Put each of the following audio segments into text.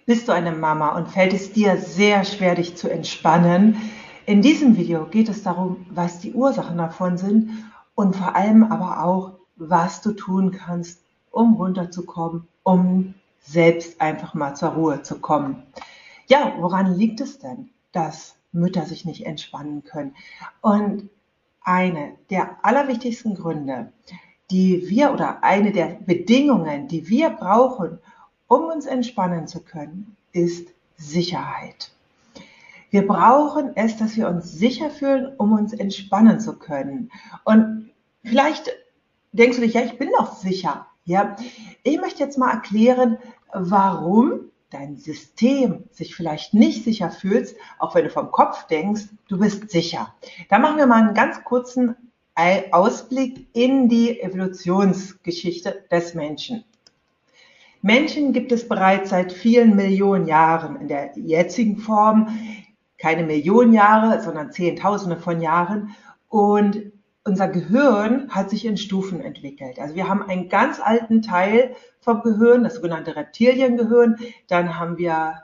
Bist du eine Mama und fällt es dir sehr schwer, dich zu entspannen? In diesem Video geht es darum, was die Ursachen davon sind und vor allem aber auch, was du tun kannst, um runterzukommen, um selbst einfach mal zur Ruhe zu kommen. Ja, woran liegt es denn, dass Mütter sich nicht entspannen können? Und eine der allerwichtigsten Gründe, oder eine der Bedingungen, die wir brauchen, um uns entspannen zu können, ist Sicherheit. Wir brauchen es, dass wir uns sicher fühlen, um uns entspannen zu können. Und vielleicht denkst du dich, ja, ich bin doch sicher. Ja, ich möchte jetzt mal erklären, warum dein System sich vielleicht nicht sicher fühlt, auch wenn du vom Kopf denkst, du bist sicher. Da machen wir mal einen ganz kurzen Ausblick in die Evolutionsgeschichte des Menschen. Menschen gibt es bereits seit vielen Millionen Jahren in der jetzigen Form, keine Millionen Jahre, sondern Zehntausende von Jahren. Und unser Gehirn hat sich in Stufen entwickelt. Also wir haben einen ganz alten Teil vom Gehirn, das sogenannte Reptiliengehirn. Dann haben wir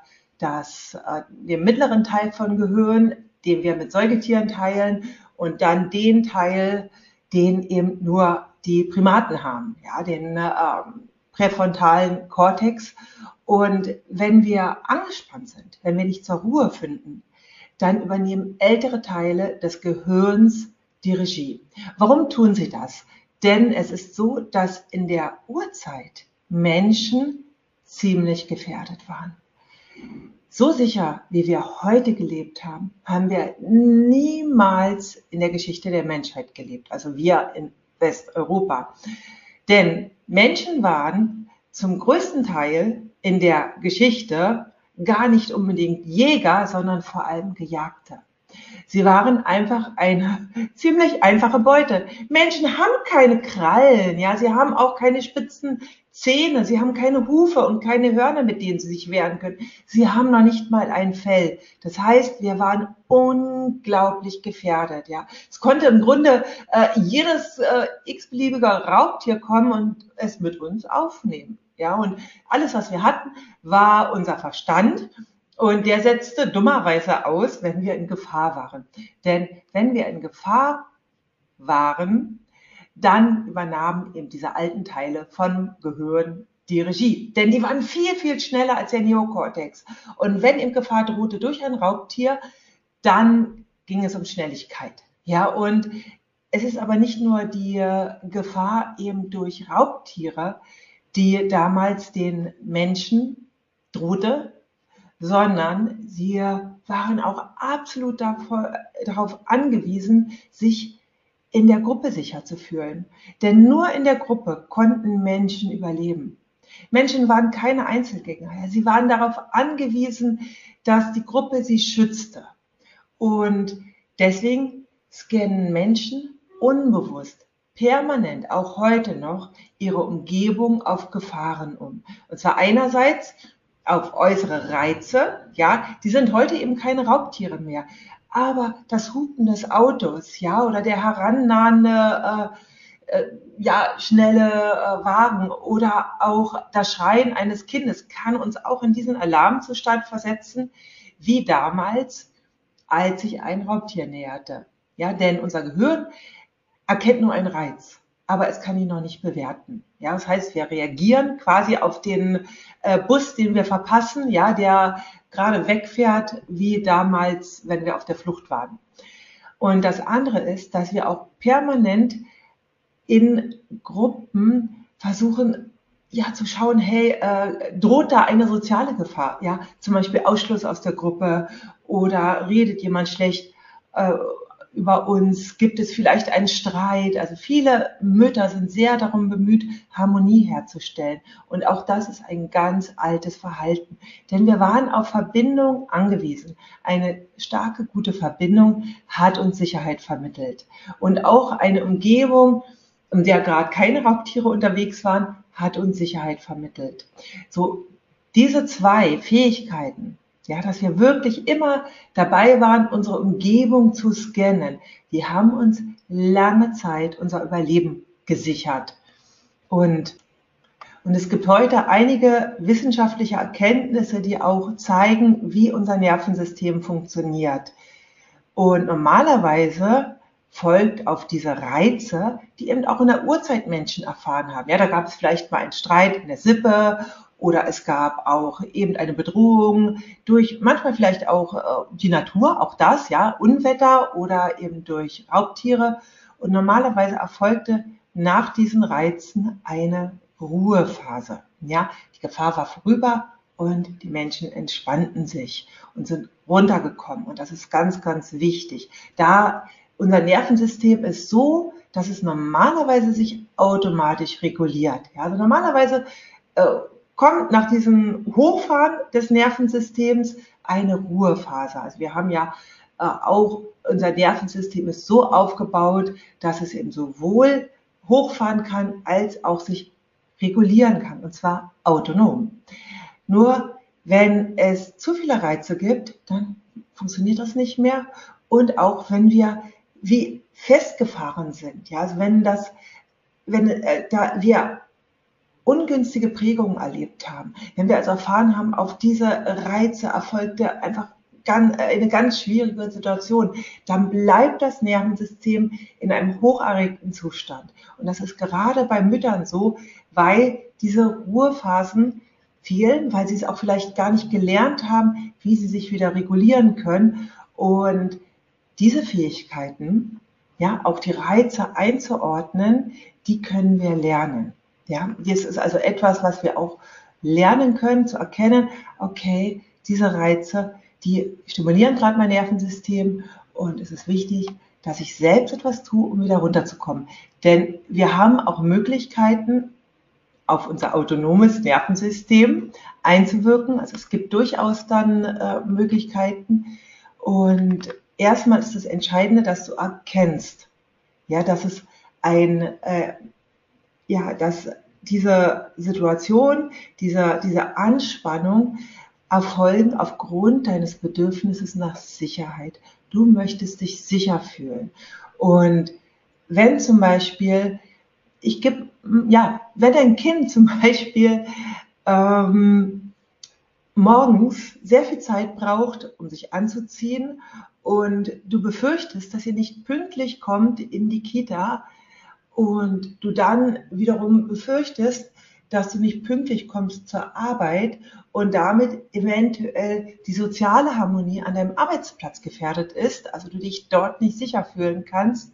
den mittleren Teil vom Gehirn, den wir mit Säugetieren teilen. Und dann den Teil, den eben nur die Primaten haben, ja, den präfrontalen Kortex. Und wenn wir angespannt sind, wenn wir nicht zur Ruhe finden, dann übernehmen ältere Teile des Gehirns die Regie. Warum tun sie das? Denn es ist so, dass in der Urzeit Menschen ziemlich gefährdet waren. So sicher, wie wir heute gelebt haben, haben wir niemals in der Geschichte der Menschheit gelebt, also wir in Westeuropa. Denn Menschen waren zum größten Teil in der Geschichte gar nicht unbedingt Jäger, sondern vor allem Gejagte. Sie waren einfach eine ziemlich einfache Beute. Menschen haben keine Krallen, ja, sie haben auch keine spitzen Zähne, sie haben keine Hufe und keine Hörner, mit denen sie sich wehren können. Sie haben noch nicht mal ein Fell. Das heißt, wir waren unglaublich gefährdet, ja. Es konnte im Grunde jedes x-beliebige Raubtier kommen und es mit uns aufnehmen, ja. Und alles, was wir hatten, war unser Verstand. Und der setzte dummerweise aus, wenn wir in Gefahr waren. Denn wenn wir in Gefahr waren, dann übernahmen eben diese alten Teile vom Gehirn die Regie. Denn die waren viel, viel schneller als der Neokortex. Und wenn eben Gefahr drohte durch ein Raubtier, dann ging es um Schnelligkeit. Ja, und es ist aber nicht nur die Gefahr eben durch Raubtiere, die damals den Menschen drohte, sondern sie waren auch absolut darauf angewiesen, sich in der Gruppe sicher zu fühlen. Denn nur in der Gruppe konnten Menschen überleben. Menschen waren keine Einzelgänger. Sie waren darauf angewiesen, dass die Gruppe sie schützte. Und deswegen scannen Menschen unbewusst, permanent, auch heute noch, ihre Umgebung auf Gefahren um. Und zwar einerseits auf äußere Reize, ja, die sind heute eben keine Raubtiere mehr. Aber das Hupen des Autos, ja, oder der herannahende, schnelle Wagen oder auch das Schreien eines Kindes kann uns auch in diesen Alarmzustand versetzen, wie damals, als sich ein Raubtier näherte. Ja, denn unser Gehirn erkennt nur einen Reiz, aber es kann ihn noch nicht bewerten. Ja, das heißt, wir reagieren quasi auf den Bus, den wir verpassen, ja, der gerade wegfährt, wie damals, wenn wir auf der Flucht waren. Und das andere ist, dass wir auch permanent in Gruppen versuchen, ja, zu schauen, hey, droht da eine soziale Gefahr? Ja, zum Beispiel Ausschluss aus der Gruppe oder redet jemand schlecht über uns, gibt es vielleicht einen Streit. Also viele Mütter sind sehr darum bemüht, Harmonie herzustellen. Und auch das ist ein ganz altes Verhalten. Denn wir waren auf Verbindung angewiesen. Eine starke, gute Verbindung hat uns Sicherheit vermittelt. Und auch eine Umgebung, in der gerade keine Raubtiere unterwegs waren, hat uns Sicherheit vermittelt. So, diese zwei Fähigkeiten, ja, dass wir wirklich immer dabei waren, unsere Umgebung zu scannen, die haben uns lange Zeit unser Überleben gesichert. Und Und es gibt heute einige wissenschaftliche Erkenntnisse, die auch zeigen, wie unser Nervensystem funktioniert. Und normalerweise folgt auf diese Reize, die eben auch in der Urzeit Menschen erfahren haben. Ja, da gab es vielleicht mal einen Streit in der Sippe oder es gab auch eben eine Bedrohung durch manchmal vielleicht auch die Natur, auch das, ja, Unwetter oder eben durch Raubtiere. Und normalerweise erfolgte nach diesen Reizen eine Ruhephase. Ja, die Gefahr war vorüber und die Menschen entspannten sich und sind runtergekommen. Und das ist ganz, ganz wichtig. Da unser Nervensystem ist so, dass es normalerweise sich automatisch reguliert. Ja, also normalerweise kommt nach diesem Hochfahren des Nervensystems eine Ruhephase. Also wir haben ja auch, unser Nervensystem ist so aufgebaut, dass es eben sowohl hochfahren kann, als auch sich regulieren kann, und zwar autonom. Nur wenn es zu viele Reize gibt, dann funktioniert das nicht mehr. Und auch wenn wir wie festgefahren sind, ja, also wenn da wir ungünstige Prägungen erlebt haben, wenn wir also erfahren haben, auf diese Reize erfolgte einfach eine ganz schwierige Situation, dann bleibt das Nervensystem in einem hocherregten Zustand. Und das ist gerade bei Müttern so, weil diese Ruhephasen fehlen, weil sie es auch vielleicht gar nicht gelernt haben, wie sie sich wieder regulieren können. Und diese Fähigkeiten, ja, auch die Reize einzuordnen, die können wir lernen. Ja, das ist also etwas, was wir auch lernen können, zu erkennen, okay, diese Reize, die stimulieren gerade mein Nervensystem und es ist wichtig, dass ich selbst etwas tue, um wieder runterzukommen. Denn wir haben auch Möglichkeiten, auf unser autonomes Nervensystem einzuwirken. Also es gibt durchaus dann Möglichkeiten. Und erstmal ist das Entscheidende, dass du erkennst, ja, dass es dass diese Situation, diese Anspannung erfolgen aufgrund deines Bedürfnisses nach Sicherheit. Du möchtest dich sicher fühlen. Und wenn zum Beispiel, wenn dein Kind zum Beispiel morgens sehr viel Zeit braucht, um sich anzuziehen und du befürchtest, dass sie nicht pünktlich kommt in die Kita und du dann wiederum befürchtest, dass du nicht pünktlich kommst zur Arbeit und damit eventuell die soziale Harmonie an deinem Arbeitsplatz gefährdet ist, also du dich dort nicht sicher fühlen kannst,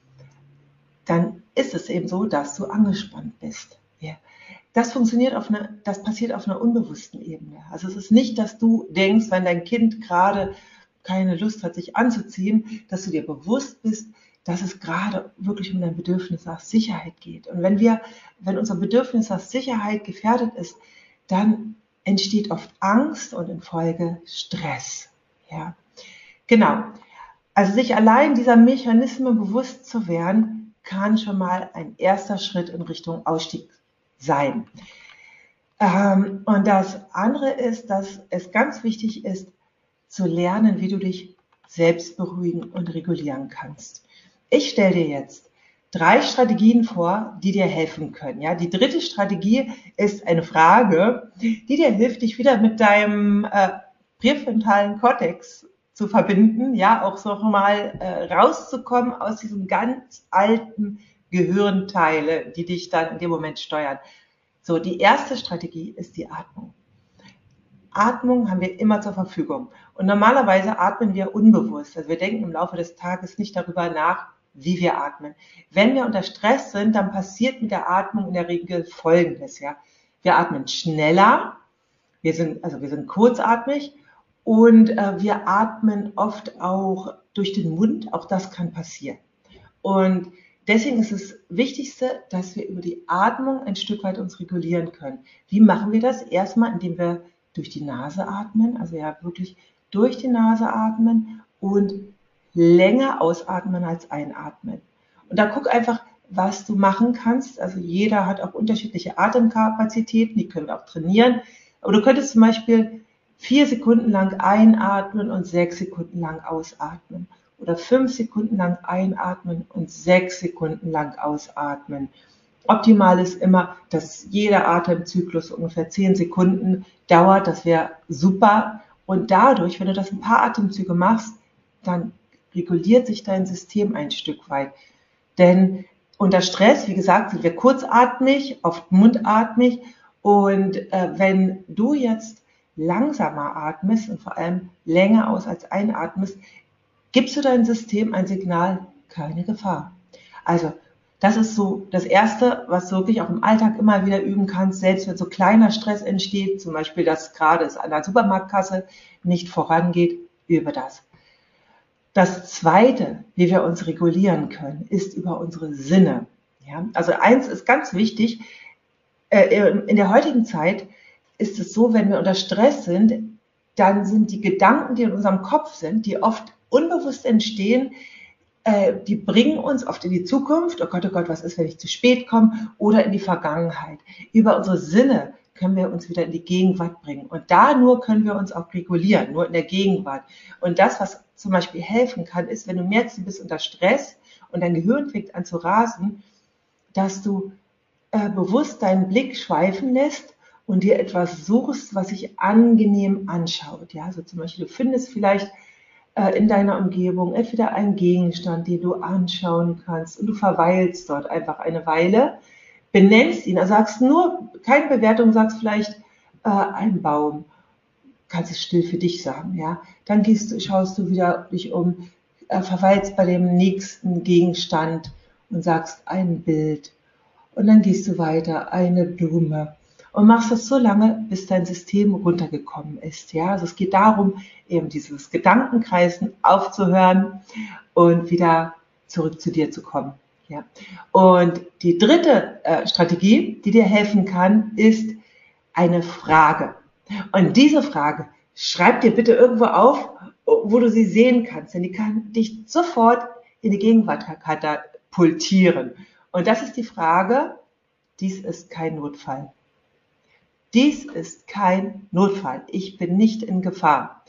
dann ist es eben so, dass du angespannt bist. Ja. Das passiert auf einer unbewussten Ebene. Also es ist nicht, dass du denkst, wenn dein Kind gerade keine Lust hat, sich anzuziehen, dass du dir bewusst bist, dass es gerade wirklich um dein Bedürfnis nach Sicherheit geht. Und wenn unser Bedürfnis nach Sicherheit gefährdet ist, dann entsteht oft Angst und in Folge Stress. Ja, genau. Also sich allein dieser Mechanismen bewusst zu werden, kann schon mal ein erster Schritt in Richtung Ausstieg sein. Und das andere ist, dass es ganz wichtig ist, zu lernen, wie du dich selbst beruhigen und regulieren kannst. Ich stelle dir jetzt 3 Strategien vor, die dir helfen können. Ja, die dritte Strategie ist eine Frage, die dir hilft, dich wieder mit deinem präfrontalen Kortex zu verbinden, ja, auch so mal rauszukommen aus diesen ganz alten Gehirnteile, die dich dann in dem Moment steuern. So, die erste Strategie ist die Atmung. Atmung haben wir immer zur Verfügung. Und normalerweise atmen wir unbewusst. Also wir denken im Laufe des Tages nicht darüber nach, wie wir atmen. Wenn wir unter Stress sind, dann passiert mit der Atmung in der Regel Folgendes. Ja. Wir atmen schneller, wir sind kurzatmig und wir atmen oft auch durch den Mund. Auch das kann passieren. Und deswegen ist das Wichtigste, dass wir über die Atmung ein Stück weit uns regulieren können. Wie machen wir das? Erstmal, indem wir durch die Nase atmen, also ja wirklich durch die Nase atmen und länger ausatmen als einatmen. Und da guck einfach, was du machen kannst. Also jeder hat auch unterschiedliche Atemkapazitäten, die können wir auch trainieren. Aber du könntest zum Beispiel 4 Sekunden lang einatmen und 6 Sekunden lang ausatmen. Oder 5 Sekunden lang einatmen und 6 Sekunden lang ausatmen. Optimal ist immer, dass jeder Atemzyklus ungefähr 10 Sekunden dauert. Das wäre super. Und dadurch, wenn du das ein paar Atemzüge machst, dann reguliert sich dein System ein Stück weit. Denn unter Stress, wie gesagt, sind wir kurzatmig, oft mundatmig. Und wenn du jetzt langsamer atmest und vor allem länger aus als einatmest, gibst du deinem System ein Signal, keine Gefahr. Also das ist so das Erste, was du wirklich auch im Alltag immer wieder üben kannst, selbst wenn so kleiner Stress entsteht, zum Beispiel, dass gerade es an der Supermarktkasse nicht vorangeht, übe das. Das Zweite, wie wir uns regulieren können, ist über unsere Sinne. Ja? Also eins ist ganz wichtig, in der heutigen Zeit ist es so, wenn wir unter Stress sind, dann sind die Gedanken, die in unserem Kopf sind, die oft unbewusst entstehen, die bringen uns oft in die Zukunft, oh Gott, was ist, wenn ich zu spät komme, oder in die Vergangenheit. Über unsere Sinne können wir uns wieder in die Gegenwart bringen. Und da nur können wir uns auch regulieren, nur in der Gegenwart. Und das, was zum Beispiel helfen kann, ist, wenn du merkst, du bist unter Stress und dein Gehirn fängt an zu rasen, dass du bewusst deinen Blick schweifen lässt und dir etwas suchst, was sich angenehm anschaut. Ja, also zum Beispiel, du findest vielleicht in deiner Umgebung entweder einen Gegenstand, den du anschauen kannst und du verweilst dort einfach eine Weile, benennst ihn, also sagst nur, keine Bewertung, sagst vielleicht ein Baum, kannst es still für dich sagen, ja, dann schaust du wieder dich um, verweilst bei dem nächsten Gegenstand und sagst ein Bild und dann gehst du weiter, eine Blume. Und machst das so lange, bis dein System runtergekommen ist. Ja, also es geht darum, eben dieses Gedankenkreisen aufzuhören und wieder zurück zu dir zu kommen. Ja. Und die dritte Strategie, die dir helfen kann, ist eine Frage. Und diese Frage, schreib dir bitte irgendwo auf, wo du sie sehen kannst, denn die kann dich sofort in die Gegenwart katapultieren. Und das ist die Frage, dies ist kein Notfall. Dies ist kein Notfall. Ich bin nicht in Gefahr.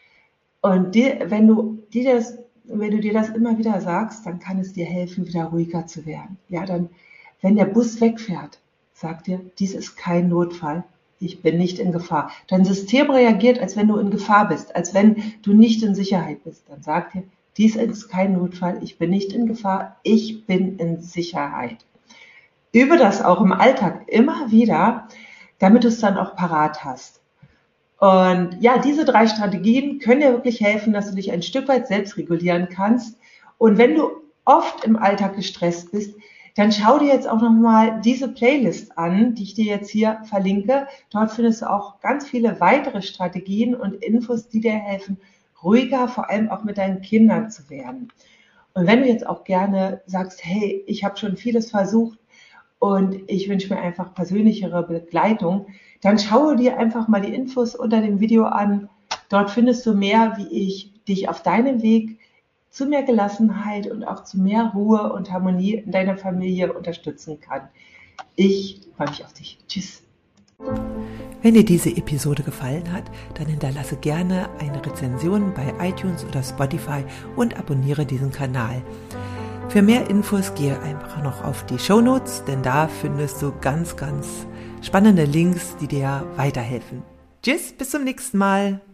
Und wenn du dir das immer wieder sagst, dann kann es dir helfen, wieder ruhiger zu werden. Ja, dann, wenn der Bus wegfährt, sag dir, dies ist kein Notfall. Ich bin nicht in Gefahr. Dein System reagiert, als wenn du in Gefahr bist, als wenn du nicht in Sicherheit bist. Dann sag dir, dies ist kein Notfall. Ich bin nicht in Gefahr. Ich bin in Sicherheit. Übe das auch im Alltag immer wieder, damit du es dann auch parat hast. Und ja, diese 3 Strategien können dir wirklich helfen, dass du dich ein Stück weit selbst regulieren kannst. Und wenn du oft im Alltag gestresst bist, dann schau dir jetzt auch nochmal diese Playlist an, die ich dir jetzt hier verlinke. Dort findest du auch ganz viele weitere Strategien und Infos, die dir helfen, ruhiger, vor allem auch mit deinen Kindern zu werden. Und wenn du jetzt auch gerne sagst, hey, ich habe schon vieles versucht, und ich wünsche mir einfach persönlichere Begleitung, dann schaue dir einfach mal die Infos unter dem Video an. Dort findest du mehr, wie ich dich auf deinem Weg zu mehr Gelassenheit und auch zu mehr Ruhe und Harmonie in deiner Familie unterstützen kann. Ich freue mich auf dich. Tschüss. Wenn dir diese Episode gefallen hat, dann hinterlasse gerne eine Rezension bei iTunes oder Spotify und abonniere diesen Kanal. Für mehr Infos gehe einfach noch auf die Shownotes, denn da findest du ganz, ganz spannende Links, die dir weiterhelfen. Tschüss, bis zum nächsten Mal.